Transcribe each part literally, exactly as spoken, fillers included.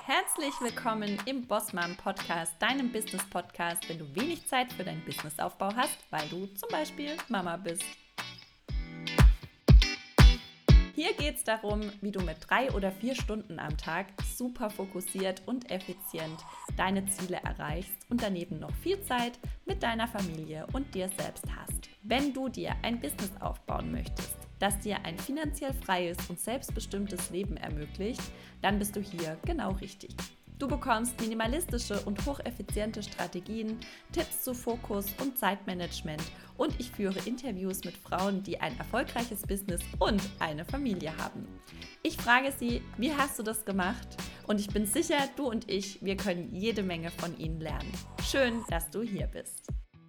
Herzlich willkommen im Boss Mom Podcast, deinem Business Podcast, wenn du wenig Zeit für deinen Businessaufbau hast, weil du zum Beispiel Mama bist. Hier geht es darum, wie du mit drei oder vier Stunden am Tag super fokussiert und effizient deine Ziele erreichst und daneben noch viel Zeit mit deiner Familie und dir selbst hast. Wenn du dir ein Business aufbauen möchtest, das dir ein finanziell freies und selbstbestimmtes Leben ermöglicht, dann bist du hier genau richtig. Du bekommst minimalistische und hocheffiziente Strategien, Tipps zu Fokus und Zeitmanagement und ich führe Interviews mit Frauen, die ein erfolgreiches Business und eine Familie haben. Ich frage sie, wie hast du das gemacht? Und ich bin sicher, du und ich, wir können jede Menge von ihnen lernen. Schön, dass du hier bist.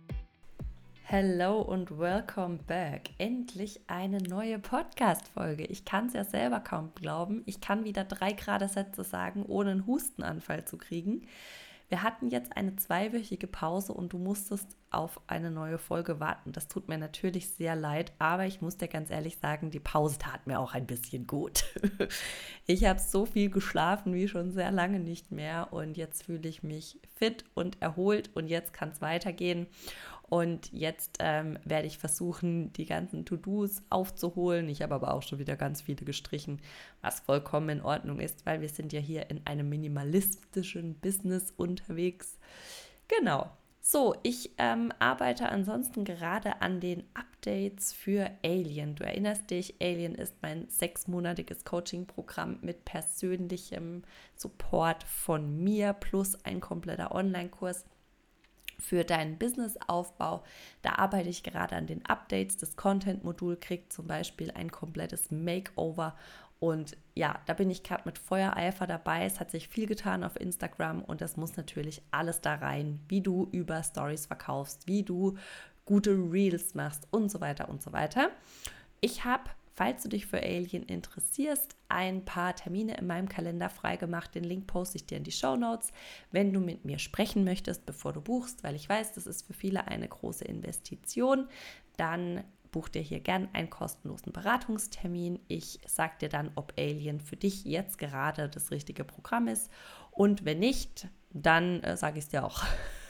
Hello und welcome back. Endlich eine neue Podcast-Folge. Ich kann es ja selber kaum glauben. Ich kann wieder drei gerade Sätze sagen, ohne einen Hustenanfall zu kriegen. Wir hatten jetzt eine zweiwöchige Pause und du musstest auf eine neue Folge warten. Das tut mir natürlich sehr leid, aber ich muss dir ganz ehrlich sagen, die Pause tat mir auch ein bisschen gut. Ich habe so viel geschlafen wie schon sehr lange nicht mehr und jetzt fühle ich mich fit und erholt und jetzt kann es weitergehen. Und jetzt ähm, werde ich versuchen, die ganzen To-Dos aufzuholen. Ich habe aber auch schon wieder ganz viele gestrichen, was vollkommen in Ordnung ist, weil wir sind ja hier in einem minimalistischen Business unterwegs. Genau. So, ich ähm, arbeite ansonsten gerade an den Updates für Alien. Du erinnerst dich, Alien ist mein sechsmonatiges Coaching-Programm mit persönlichem Support von mir plus ein kompletter Online-Kurs für deinen Businessaufbau. Da arbeite ich gerade an den Updates. Das Content-Modul kriegt zum Beispiel ein komplettes Makeover. Und ja, da bin ich gerade mit Feuereifer dabei. Es hat sich viel getan auf Instagram und das muss natürlich alles da rein, wie du über Stories verkaufst, wie du gute Reels machst und so weiter und so weiter. Ich habe, falls du dich für Alien interessierst, ein paar Termine in meinem Kalender freigemacht. Den Link poste ich dir in die Shownotes, wenn du mit mir sprechen möchtest, bevor du buchst, weil ich weiß, das ist für viele eine große Investition. Dann buch dir hier gern einen kostenlosen Beratungstermin. Ich sage dir dann, ob Alien für dich jetzt gerade das richtige Programm ist. Und wenn nicht, dann äh, sage ich es dir auch.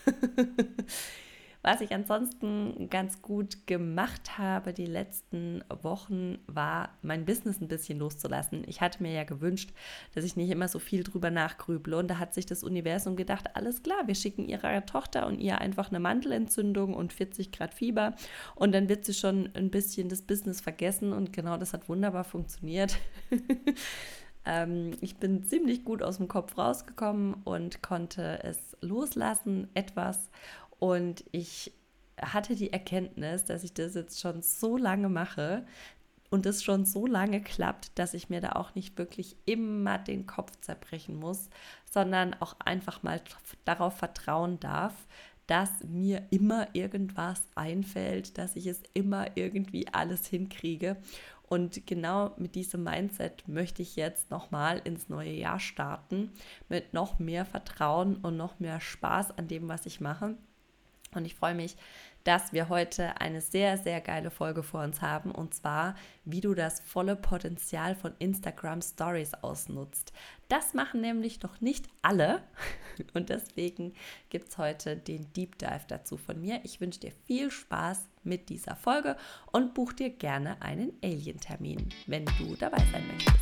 Was ich ansonsten ganz gut gemacht habe die letzten Wochen, war, mein Business ein bisschen loszulassen. Ich hatte mir ja gewünscht, dass ich nicht immer so viel drüber nachgrüble. Und da hat sich das Universum gedacht, alles klar, wir schicken ihrer Tochter und ihr einfach eine Mandelentzündung und vierzig Grad Fieber. Und dann wird sie schon ein bisschen das Business vergessen. Und genau das hat wunderbar funktioniert. ähm, ich bin ziemlich gut aus dem Kopf rausgekommen und konnte es loslassen, etwas. Und ich hatte die Erkenntnis, dass ich das jetzt schon so lange mache und es schon so lange klappt, dass ich mir da auch nicht wirklich immer den Kopf zerbrechen muss, sondern auch einfach mal darauf vertrauen darf, dass mir immer irgendwas einfällt, dass ich es immer irgendwie alles hinkriege. Und genau mit diesem Mindset möchte ich jetzt nochmal ins neue Jahr starten, mit noch mehr Vertrauen und noch mehr Spaß an dem, was ich mache. Und ich freue mich, dass wir heute eine sehr, sehr geile Folge vor uns haben, und zwar, wie du das volle Potenzial von Instagram Stories ausnutzt. Das machen nämlich noch nicht alle und deswegen gibt es heute den Deep Dive dazu von mir. Ich wünsche dir viel Spaß mit dieser Folge und buch dir gerne einen Alien-Termin, wenn du dabei sein möchtest.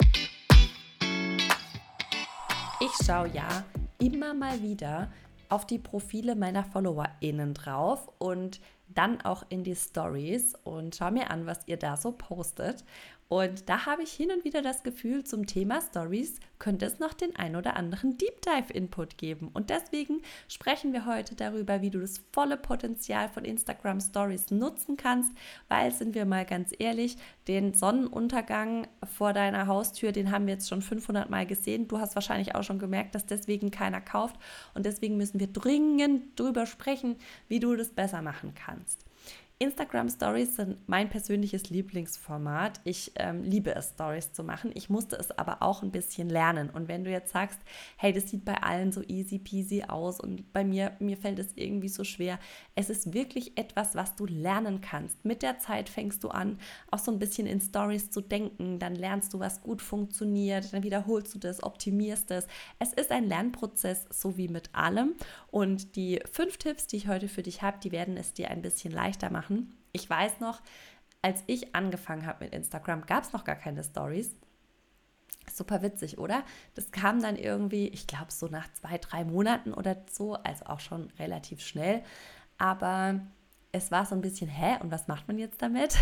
Ich schaue ja immer mal wieder auf die Profile meiner FollowerInnen drauf und dann auch in die Stories und schau mir an, was ihr da so postet. Und da habe ich hin und wieder das Gefühl, zum Thema Stories könnte es noch den ein oder anderen Deep Dive Input geben. Und deswegen sprechen wir heute darüber, wie du das volle Potenzial von Instagram Stories nutzen kannst, weil, sind wir mal ganz ehrlich, den Sonnenuntergang vor deiner Haustür, den haben wir jetzt schon fünfhundert Mal gesehen. Du hast wahrscheinlich auch schon gemerkt, dass deswegen keiner kauft. Und deswegen müssen wir dringend drüber sprechen, wie du das besser machen kannst. Instagram Stories sind mein persönliches Lieblingsformat. Ich ähm, liebe es, Stories zu machen. Ich musste es aber auch ein bisschen lernen. Und wenn du jetzt sagst, hey, das sieht bei allen so easy peasy aus und bei mir, mir fällt es irgendwie so schwer. Es ist wirklich etwas, was du lernen kannst. Mit der Zeit fängst du an, auch so ein bisschen in Stories zu denken. Dann lernst du, was gut funktioniert. Dann wiederholst du das, optimierst es. Es ist ein Lernprozess, so wie mit allem. Und die fünf Tipps, die ich heute für dich habe, die werden es dir ein bisschen leichter machen. Ich weiß noch, als ich angefangen habe mit Instagram, gab es noch gar keine Stories. Super witzig, oder? Das kam dann irgendwie, ich glaube, so nach zwei, drei Monaten oder so, also auch schon relativ schnell. Aber es war so ein bisschen, hä, und was macht man jetzt damit?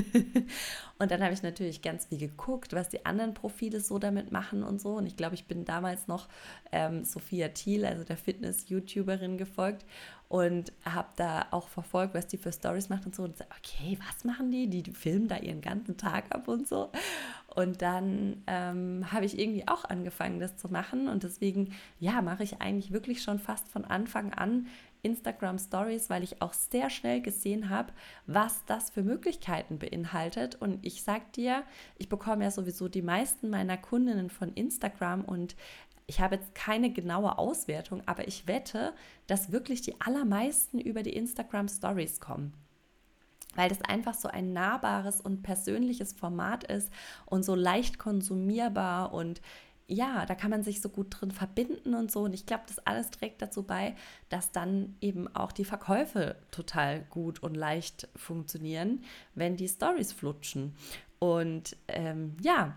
Und dann habe ich natürlich ganz viel geguckt, was die anderen Profile so damit machen und so. Und ich glaube, ich bin damals noch ähm, Sophia Thiel, also der Fitness-YouTuberin, gefolgt und habe da auch verfolgt, was die für Stories macht und so. Und so, okay, was machen die? Die, die filmen da ihren ganzen Tag ab und so. Und dann ähm, habe ich irgendwie auch angefangen, das zu machen. Und deswegen, ja, mache ich eigentlich wirklich schon fast von Anfang an Instagram Stories, weil ich auch sehr schnell gesehen habe, was das für Möglichkeiten beinhaltet. Und ich sag dir, ich bekomme ja sowieso die meisten meiner Kundinnen von Instagram und ich habe jetzt keine genaue Auswertung, aber ich wette, dass wirklich die allermeisten über die Instagram Stories kommen. Weil das einfach so ein nahbares und persönliches Format ist und so leicht konsumierbar und ja, da kann man sich so gut drin verbinden und so. Und ich glaube, das alles trägt dazu bei, dass dann eben auch die Verkäufe total gut und leicht funktionieren, wenn die Stories flutschen. Und ähm, ja,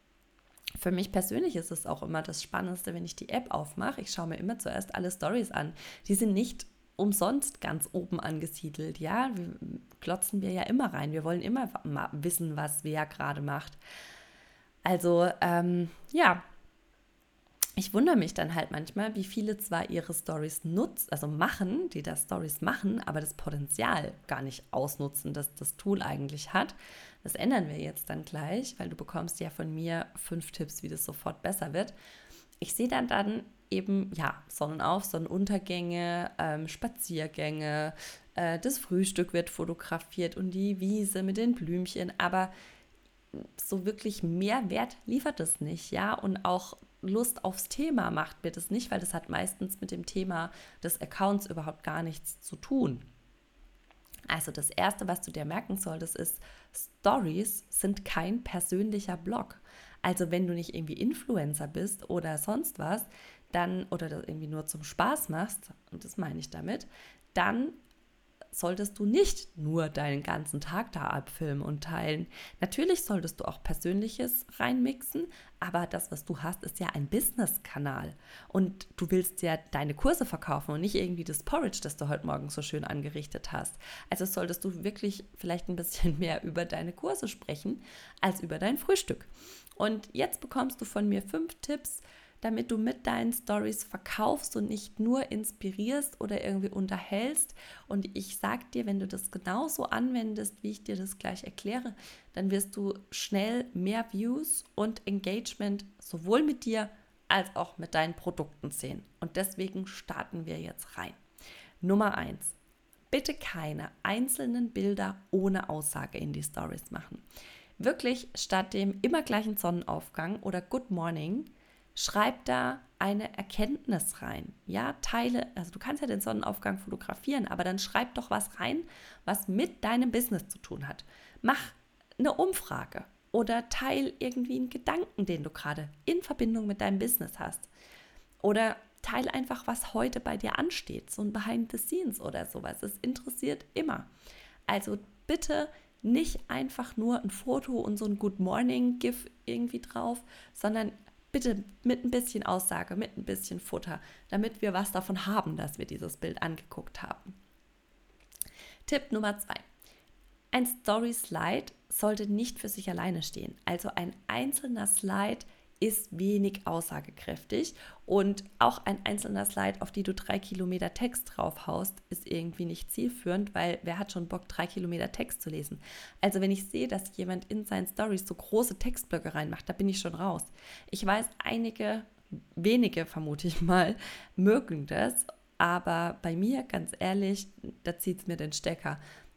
für mich persönlich ist es auch immer das Spannendste, wenn ich die App aufmache. Ich schaue mir immer zuerst alle Stories an. Die sind nicht umsonst ganz oben angesiedelt. Ja, wir, glotzen wir ja immer rein. Wir wollen immer wissen, was wer gerade macht. Also, ähm, ja, ich wundere mich dann halt manchmal, wie viele zwar ihre Stories nutzen, also machen, die da Stories machen, aber das Potenzial gar nicht ausnutzen, das das Tool eigentlich hat. Das ändern wir jetzt dann gleich, weil du bekommst ja von mir fünf Tipps, wie das sofort besser wird. Ich sehe dann dann eben, ja, Sonnenauf-, Sonnenuntergänge, ähm, Spaziergänge, äh, das Frühstück wird fotografiert und die Wiese mit den Blümchen, aber so wirklich Mehrwert liefert es nicht, ja, und auch Lust aufs Thema macht mir das nicht, weil das hat meistens mit dem Thema des Accounts überhaupt gar nichts zu tun. Also das Erste, was du dir merken solltest, ist, Stories sind kein persönlicher Blog. Also wenn du nicht irgendwie Influencer bist oder sonst was, dann oder das irgendwie nur zum Spaß machst, und das meine ich damit, dann solltest du nicht nur deinen ganzen Tag da abfilmen und teilen. Natürlich solltest du auch Persönliches reinmixen, aber das, was du hast, ist ja ein Business-Kanal. Und du willst ja deine Kurse verkaufen und nicht irgendwie das Porridge, das du heute Morgen so schön angerichtet hast. Also solltest du wirklich vielleicht ein bisschen mehr über deine Kurse sprechen, als über dein Frühstück. Und jetzt bekommst du von mir fünf Tipps, damit du mit deinen Stories verkaufst und nicht nur inspirierst oder irgendwie unterhältst. Und ich sage dir, wenn du das genauso anwendest, wie ich dir das gleich erkläre, dann wirst du schnell mehr Views und Engagement sowohl mit dir als auch mit deinen Produkten sehen. Und deswegen starten wir jetzt rein. Nummer eins. Bitte keine einzelnen Bilder ohne Aussage in die Stories machen. Wirklich statt dem immer gleichen Sonnenaufgang oder Good Morning, schreib da eine Erkenntnis rein. Ja, teile, also du kannst ja den Sonnenaufgang fotografieren, aber dann schreib doch was rein, was mit deinem Business zu tun hat. Mach eine Umfrage oder teil irgendwie einen Gedanken, den du gerade in Verbindung mit deinem Business hast. Oder teil einfach, was heute bei dir ansteht, so ein Behind the Scenes oder sowas. Es interessiert immer. Also bitte nicht einfach nur ein Foto und so ein Good Morning GIF irgendwie drauf, sondern bitte mit ein bisschen Aussage, mit ein bisschen Futter, damit wir was davon haben, dass wir dieses Bild angeguckt haben. Tipp Nummer zwei. Ein Story-Slide sollte nicht für sich alleine stehen. Also ein einzelner Slide ist wenig aussagekräftig und auch ein einzelner Slide, auf die du drei Kilometer Text draufhaust, ist irgendwie nicht zielführend, weil wer hat schon Bock, drei Kilometer Text zu lesen? Also wenn ich sehe, dass jemand in seinen Stories so große Textblöcke reinmacht, da bin ich schon raus. Ich weiß, einige, wenige vermute ich mal, mögen das, aber bei mir, ganz ehrlich, da zieht es mir den Stecker.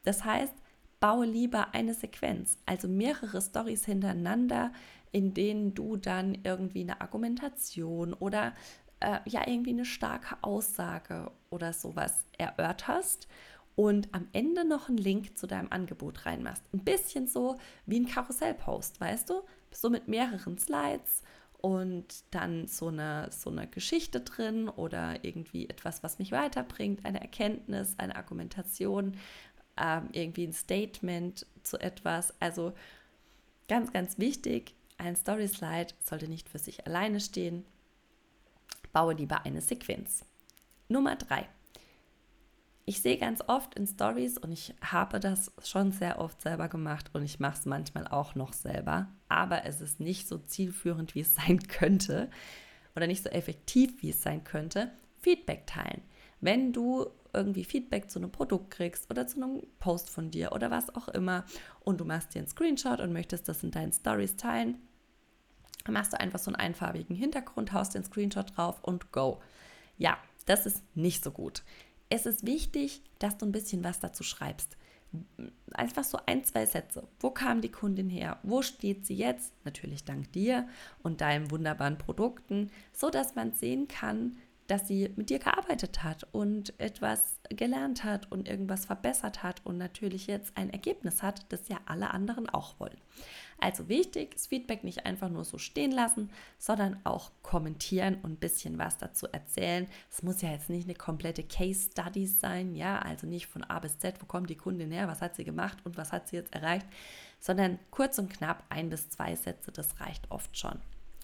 Das heißt, baue lieber eine Sequenz, also mehrere Storys hintereinander, in denen du dann irgendwie eine Argumentation oder äh, ja irgendwie eine starke Aussage oder sowas erörterst und am Ende noch einen Link zu deinem Angebot reinmachst. Ein bisschen so wie ein Karussellpost, weißt du? So mit mehreren Slides und dann so eine, so eine Geschichte drin oder irgendwie etwas, was mich weiterbringt, eine Erkenntnis, eine Argumentation, ähm, irgendwie ein Statement zu etwas. Also ganz, ganz wichtig, ein Story-Slide sollte nicht für sich alleine stehen. Baue lieber eine Sequenz. Nummer drei. Ich sehe ganz oft in Stories und ich habe das schon sehr oft selber gemacht und ich mache es manchmal auch noch selber, aber es ist nicht so zielführend, wie es sein könnte oder nicht so effektiv, wie es sein könnte, Feedback teilen. Wenn du irgendwie Feedback zu einem Produkt kriegst oder zu einem Post von dir oder was auch immer und du machst dir einen Screenshot und möchtest das in deinen Stories teilen, dann machst du einfach so einen einfarbigen Hintergrund, haust den Screenshot drauf und go. Ja, das ist nicht so gut. Es ist wichtig, dass du ein bisschen was dazu schreibst. Einfach so ein, zwei Sätze. Wo kam die Kundin her? Wo steht sie jetzt? Natürlich dank dir und deinen wunderbaren Produkten, so dass man sehen kann, dass sie mit dir gearbeitet hat und etwas gelernt hat und irgendwas verbessert hat und natürlich jetzt ein Ergebnis hat, das ja alle anderen auch wollen. Also wichtig ist Feedback nicht einfach nur so stehen lassen, sondern auch kommentieren und ein bisschen was dazu erzählen. Es muss ja jetzt nicht eine komplette Case Study sein, ja, also nicht von A bis Z, wo kommt die Kundin her, was hat sie gemacht und was hat sie jetzt erreicht, sondern kurz und knapp ein bis zwei Sätze, das reicht oft schon.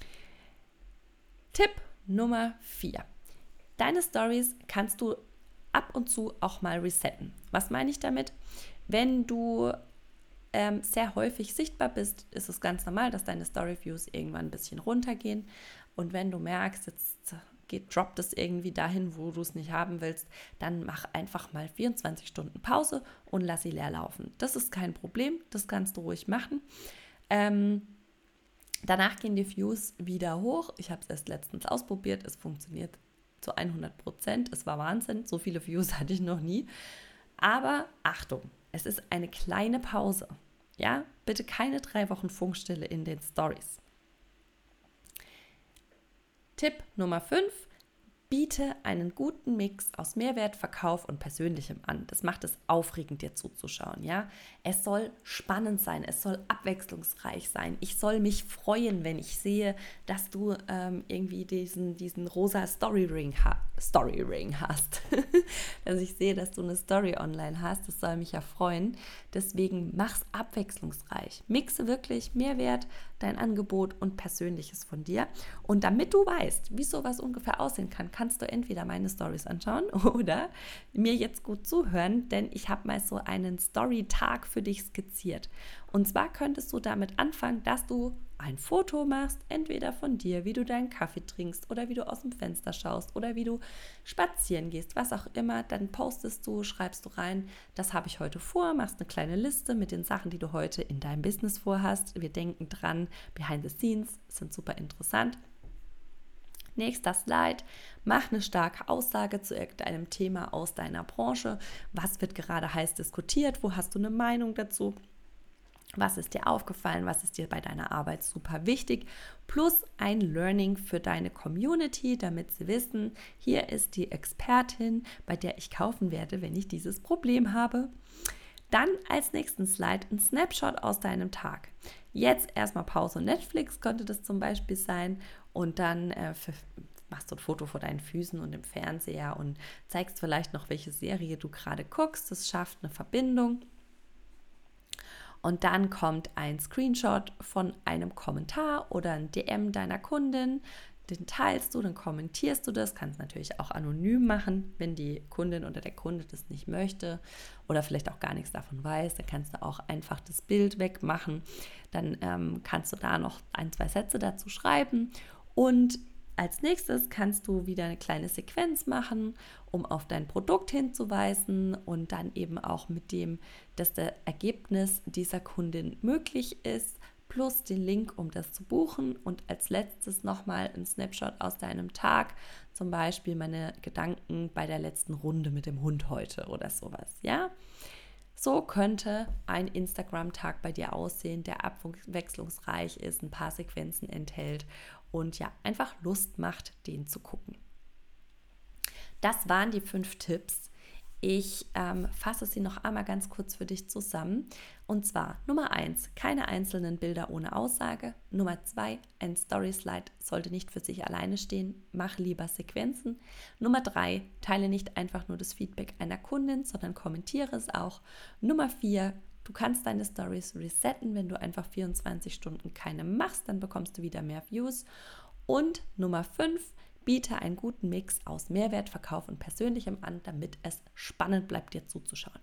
Tipp Nummer vier. Deine Stories kannst du ab und zu auch mal resetten. Was meine ich damit? Wenn du ähm, sehr häufig sichtbar bist, ist es ganz normal, dass deine Story-Views irgendwann ein bisschen runtergehen. Und wenn du merkst, jetzt geht, droppt es irgendwie dahin, wo du es nicht haben willst, dann mach einfach mal vierundzwanzig Stunden Pause und lass sie leer laufen. Das ist kein Problem, das kannst du ruhig machen. Ähm, danach gehen die Views wieder hoch. Ich habe es erst letztens ausprobiert, es funktioniert zu hundert Prozent. Es war Wahnsinn, so viele Views hatte ich noch nie. Aber Achtung, es ist eine kleine Pause. Ja, bitte keine drei Wochen Funkstille in den Stories. Tipp Nummer fünf. Biete einen guten Mix aus Mehrwert, Verkauf und Persönlichem an. Das macht es aufregend, dir zuzuschauen. Ja? Es soll spannend sein, es soll abwechslungsreich sein. Ich soll mich freuen, wenn ich sehe, dass du ähm, irgendwie diesen, diesen rosa Storyring ha- Storyring hast. Dass ich sehe, dass du eine Story online hast. Das soll mich ja freuen. Deswegen mach's abwechslungsreich. Mixe wirklich Mehrwert, dein Angebot und Persönliches von dir. Und damit du weißt, wie sowas ungefähr aussehen kann, kannst du entweder meine Stories anschauen oder mir jetzt gut zuhören, denn ich habe mal so einen Story-Tag für dich skizziert. Und zwar könntest du damit anfangen, dass du ein Foto machst, entweder von dir, wie du deinen Kaffee trinkst oder wie du aus dem Fenster schaust oder wie du spazieren gehst, was auch immer, dann postest du, schreibst du rein, das habe ich heute vor, machst eine kleine Liste mit den Sachen, die du heute in deinem Business vorhast. Wir denken dran, behind the scenes sind super interessant. Nächster Slide, mach eine starke Aussage zu irgendeinem Thema aus deiner Branche. Was wird gerade heiß diskutiert? Wo hast du eine Meinung dazu? Was ist dir aufgefallen? Was ist dir bei deiner Arbeit super wichtig? Plus ein Learning für deine Community, damit sie wissen, hier ist die Expertin, bei der ich kaufen werde, wenn ich dieses Problem habe. Dann als nächsten Slide ein Snapshot aus deinem Tag. Jetzt erstmal Pause Netflix könnte das zum Beispiel sein und dann äh, für, machst du ein Foto vor deinen Füßen und im Fernseher und zeigst vielleicht noch, welche Serie du gerade guckst. Das schafft eine Verbindung. Und dann kommt ein Screenshot von einem Kommentar oder ein D M deiner Kundin, den teilst du, dann kommentierst du das, kannst natürlich auch anonym machen, wenn die Kundin oder der Kunde das nicht möchte oder vielleicht auch gar nichts davon weiß, dann kannst du auch einfach das Bild wegmachen, dann ähm, kannst du da noch ein, zwei Sätze dazu schreiben und als nächstes kannst du wieder eine kleine Sequenz machen, um auf dein Produkt hinzuweisen und dann eben auch mit dem, dass das Ergebnis dieser Kundin möglich ist, plus den Link, um das zu buchen und als letztes nochmal ein Snapshot aus deinem Tag, zum Beispiel meine Gedanken bei der letzten Runde mit dem Hund heute oder sowas, ja? So könnte ein Instagram-Tag bei dir aussehen, der abwechslungsreich ist, ein paar Sequenzen enthält und ja, einfach Lust macht, den zu gucken. Das waren die fünf Tipps. Ich ähm, fasse sie noch einmal ganz kurz für dich zusammen. Und zwar Nummer eins, keine einzelnen Bilder ohne Aussage. Nummer zwei, ein Story-Slide sollte nicht für sich alleine stehen. Mach lieber Sequenzen. Nummer drei, teile nicht einfach nur das Feedback einer Kundin, sondern kommentiere es auch. Nummer vier, du kannst deine Stories resetten. Wenn du einfach vierundzwanzig Stunden keine machst, dann bekommst du wieder mehr Views. Und Nummer fünf, biete einen guten Mix aus Mehrwert, Verkauf und Persönlichem an, damit es spannend bleibt, dir zuzuschauen.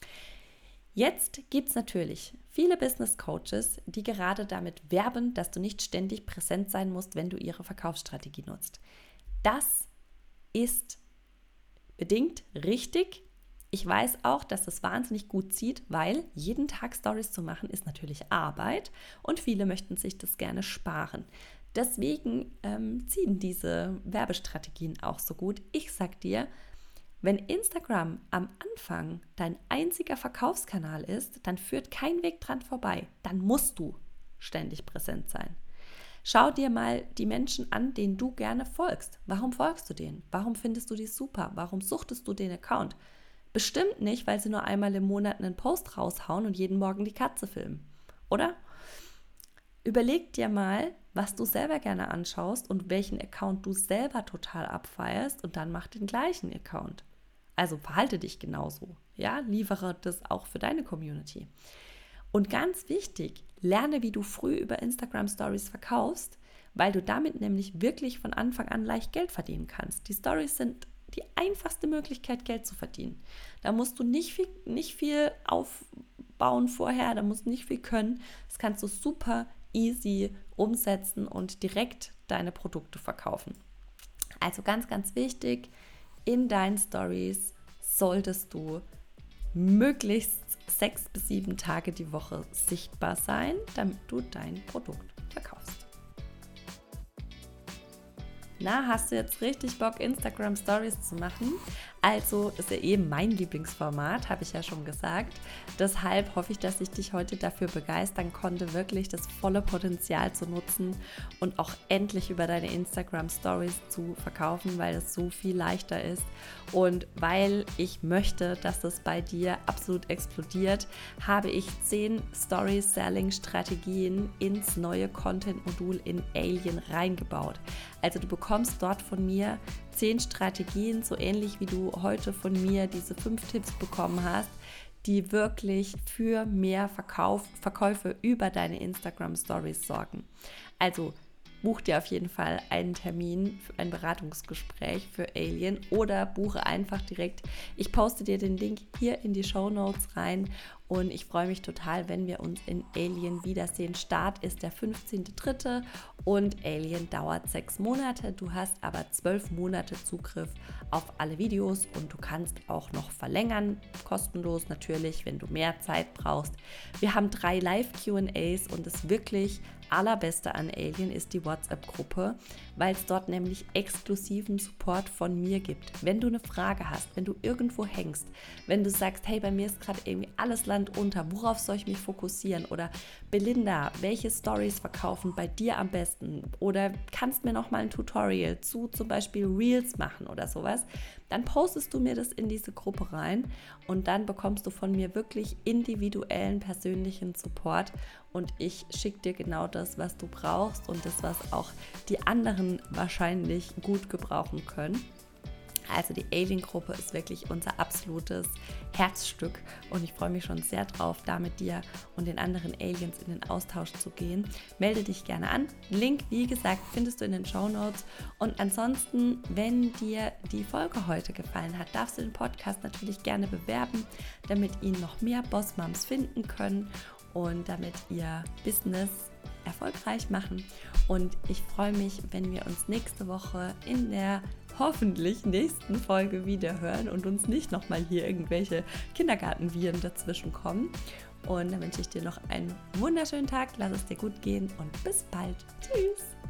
Jetzt gibt es natürlich viele Business Coaches, die gerade damit werben, dass du nicht ständig präsent sein musst, wenn du ihre Verkaufsstrategie nutzt. Das ist bedingt richtig. Ich weiß auch, dass das wahnsinnig gut zieht, weil jeden Tag Stories zu machen ist natürlich Arbeit und viele möchten sich das gerne sparen. Deswegen ähm, ziehen diese Werbestrategien auch so gut. Ich sag dir, wenn Instagram am Anfang dein einziger Verkaufskanal ist, dann führt kein Weg dran vorbei. Dann musst du ständig präsent sein. Schau dir mal die Menschen an, denen du gerne folgst. Warum folgst du denen? Warum findest du die super? Warum suchtest du den Account? Bestimmt nicht, weil sie nur einmal im Monat einen Post raushauen und jeden Morgen die Katze filmen, oder? Überleg dir mal, was du selber gerne anschaust und welchen Account du selber total abfeierst und dann mach den gleichen Account. Also verhalte dich genauso, ja, liefere das auch für deine Community. Und ganz wichtig, lerne, wie du früh über Instagram Stories verkaufst, weil du damit nämlich wirklich von Anfang an leicht Geld verdienen kannst. Die Stories sind die einfachste Möglichkeit, Geld zu verdienen. Da musst du nicht viel, nicht viel aufbauen vorher, da musst du nicht viel können. Das kannst du super easy umsetzen und direkt deine Produkte verkaufen. Also ganz, ganz wichtig, in deinen Stories solltest du möglichst sechs bis sieben Tage die Woche sichtbar sein, damit du dein Produkt verkaufst. Na, hast du jetzt richtig Bock, Instagram Stories zu machen? Also ist ja eben mein Lieblingsformat, habe ich ja schon gesagt. Deshalb hoffe ich, dass ich dich heute dafür begeistern konnte, wirklich das volle Potenzial zu nutzen und auch endlich über deine Instagram Stories zu verkaufen, weil es so viel leichter ist und weil ich möchte, dass es bei dir absolut explodiert, habe ich zehn Story-Selling-Strategien ins neue Content-Modul in Alien reingebaut. Also du bekommst dort von mir zehn Strategien, so ähnlich wie du heute von mir diese fünf Tipps bekommen hast, die wirklich für mehr Verkauf, Verkäufe über deine Instagram Stories sorgen. Also buch dir auf jeden Fall einen Termin für ein Beratungsgespräch für Alien oder buche einfach direkt. Ich poste dir den Link hier in die Shownotes rein und ich freue mich total, wenn wir uns in Alien wiedersehen. Start ist der fünfzehnter dritte und Alien dauert sechs Monate. Du hast aber zwölf Monate Zugriff auf alle Videos und du kannst auch noch verlängern, kostenlos natürlich, wenn du mehr Zeit brauchst. Wir haben drei Live-Q and A's und das wirklich allerbeste an Alien ist die WhatsApp-Gruppe, weil es dort nämlich exklusiven Support von mir gibt. Wenn du eine Frage hast, wenn du irgendwo hängst, wenn du sagst, hey, bei mir ist gerade irgendwie alles Land unter, worauf soll ich mich fokussieren? Oder Belinda, welche Stories verkaufen bei dir am besten? Oder kannst mir noch mal ein Tutorial zu zum Beispiel Reels machen oder sowas? Dann postest du mir das in diese Gruppe rein und dann bekommst du von mir wirklich individuellen, persönlichen Support und ich schicke dir genau das, was du brauchst und das, was auch die anderen wahrscheinlich gut gebrauchen können. Also die Alien-Gruppe ist wirklich unser absolutes Herzstück und ich freue mich schon sehr drauf, da mit dir und den anderen Aliens in den Austausch zu gehen. Melde dich gerne an. Link, wie gesagt, findest du in den Shownotes. Und ansonsten, wenn dir die Folge heute gefallen hat, darfst du den Podcast natürlich gerne bewerben, damit ihn noch mehr Boss-Moms finden können und damit ihr Business erfolgreich machen. Und ich freue mich, wenn wir uns nächste Woche in der hoffentlich nächsten Folge wieder hören und uns nicht nochmal hier irgendwelche Kindergartenviren dazwischen kommen. Und dann wünsche ich dir noch einen wunderschönen Tag, lass es dir gut gehen und bis bald. Tschüss!